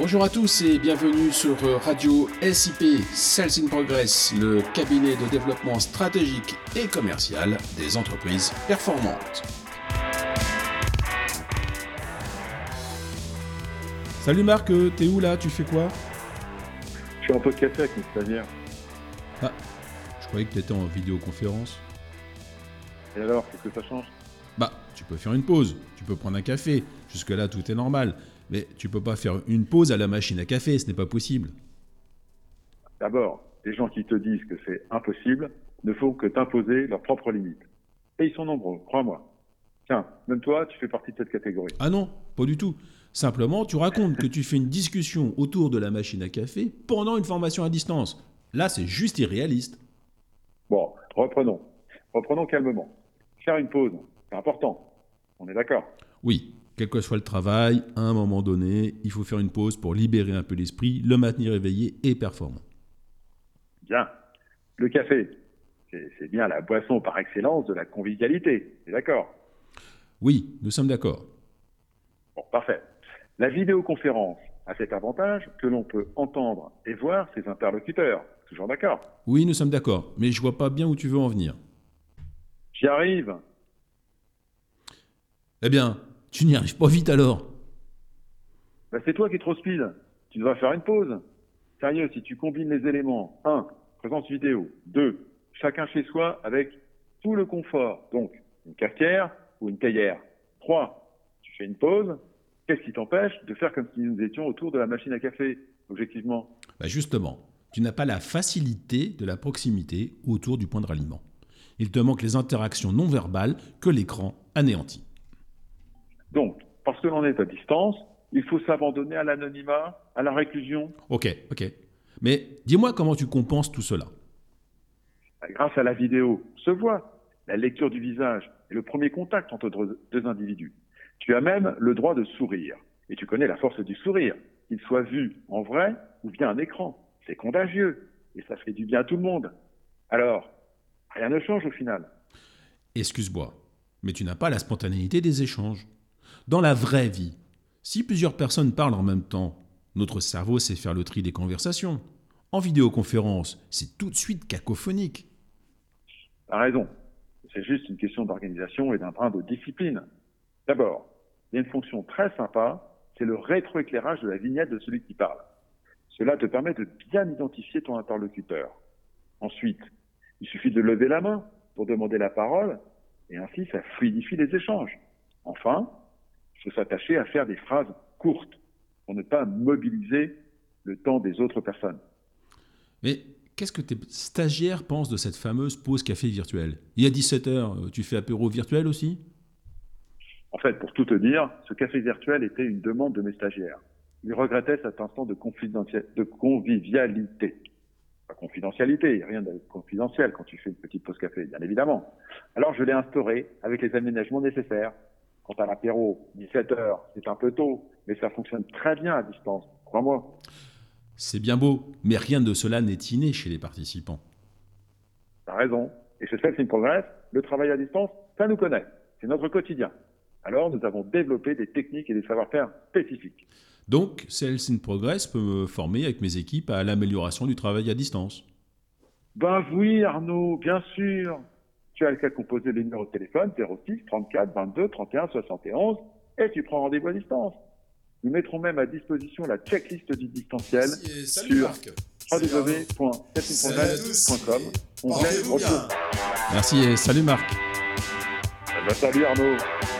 Bonjour à tous et bienvenue sur Radio SIP, Sales in Progress, le cabinet de développement stratégique et commercial des entreprises performantes. Salut Marc, t'es où là? Tu fais quoi? Je suis en pause café avec une stagiaire. Ah, je croyais que t'étais en vidéoconférence. Et alors, qu'est-ce que ça change? Bah, tu peux faire une pause, tu peux prendre un café, jusque-là tout est normal. Mais tu peux pas faire une pause à la machine à café, ce n'est pas possible. D'abord, les gens qui te disent que c'est impossible ne font que t'imposer leurs propres limites. Et ils sont nombreux, crois-moi. Tiens, même toi, tu fais partie de cette catégorie. Ah non, pas du tout. Simplement, tu racontes que tu fais une discussion autour de la machine à café pendant une formation à distance. Là, c'est juste irréaliste. Bon, reprenons. Reprenons calmement. Faire une pause, c'est important. On est d'accord? Oui, quel que soit le travail, à un moment donné, il faut faire une pause pour libérer un peu l'esprit, le maintenir éveillé et performant. Bien. Le café, c'est bien la boisson par excellence de la convivialité. T'es d'accord? Oui, nous sommes d'accord. Bon, parfait. La vidéoconférence a cet avantage que l'on peut entendre et voir ses interlocuteurs. Toujours d'accord? Oui, nous sommes d'accord, mais je vois pas bien où tu veux en venir. J'y arrive. Eh bien, tu n'y arrives pas vite alors. Ben, c'est toi qui es trop speed. Tu devrais faire une pause. Sérieux, si tu combines les éléments, 1, présence vidéo, 2, chacun chez soi avec tout le confort, donc une cafetière ou une théière, 3, tu fais une pause, qu'est-ce qui t'empêche de faire comme si nous étions autour de la machine à café, objectivement? Bah justement, tu n'as pas la facilité de la proximité autour du point de ralliement. Il te manque les interactions non verbales que l'écran anéantit. Donc, parce que l'on est à distance, il faut s'abandonner à l'anonymat, à la réclusion. Ok. Mais dis-moi comment tu compenses tout cela. Grâce à la vidéo, on se voit, la lecture du visage et le premier contact entre deux individus. Tu as même le droit de sourire. Et tu connais la force du sourire, qu'il soit vu en vrai ou via un écran. C'est contagieux et ça fait du bien à tout le monde. Alors, rien ne change au final. Excuse-moi, mais tu n'as pas la spontanéité des échanges. Dans la vraie vie, si plusieurs personnes parlent en même temps, notre cerveau sait faire le tri des conversations. En vidéoconférence, c'est tout de suite cacophonique. T'as raison. C'est juste une question d'organisation et d'un brin de discipline. D'abord, il y a une fonction très sympa, c'est le rétroéclairage de la vignette de celui qui parle. Cela te permet de bien identifier ton interlocuteur. Ensuite, il suffit de lever la main pour demander la parole et ainsi ça fluidifie les échanges. Enfin, il faut s'attacher à faire des phrases courtes pour ne pas mobiliser le temps des autres personnes. Mais qu'est-ce que tes stagiaires pensent de cette fameuse pause café virtuelle? Il y a 17h, tu fais apéro virtuel aussi? En fait, pour tout te dire, ce café virtuel était une demande de mes stagiaires. Ils regrettaient cet instant de convivialité. Pas confidentialité, rien de confidentiel quand tu fais une petite pause café, bien évidemment. Alors je l'ai instauré avec les aménagements nécessaires. Quant à l'apéro, 17h, c'est un peu tôt, mais ça fonctionne très bien à distance, crois-moi. C'est bien beau, mais rien de cela n'est inné chez les participants. T'as raison. Et chez Sales in Progress, le travail à distance, ça nous connaît. C'est notre quotidien. Alors nous avons développé des techniques et des savoir-faire spécifiques. Donc, Sales in Progress peut me former avec mes équipes à l'amélioration du travail à distance. Ben oui, Arnaud, bien sûr. Tu as qu'à composer le numéro de téléphone 06 34 22 31 71 et tu prends rendez-vous à distance. Nous mettrons même à disposition la checklist du distanciel sur www.salesintprogress.com. Portez-vous bien. Merci et salut Marc. Salut Arnaud.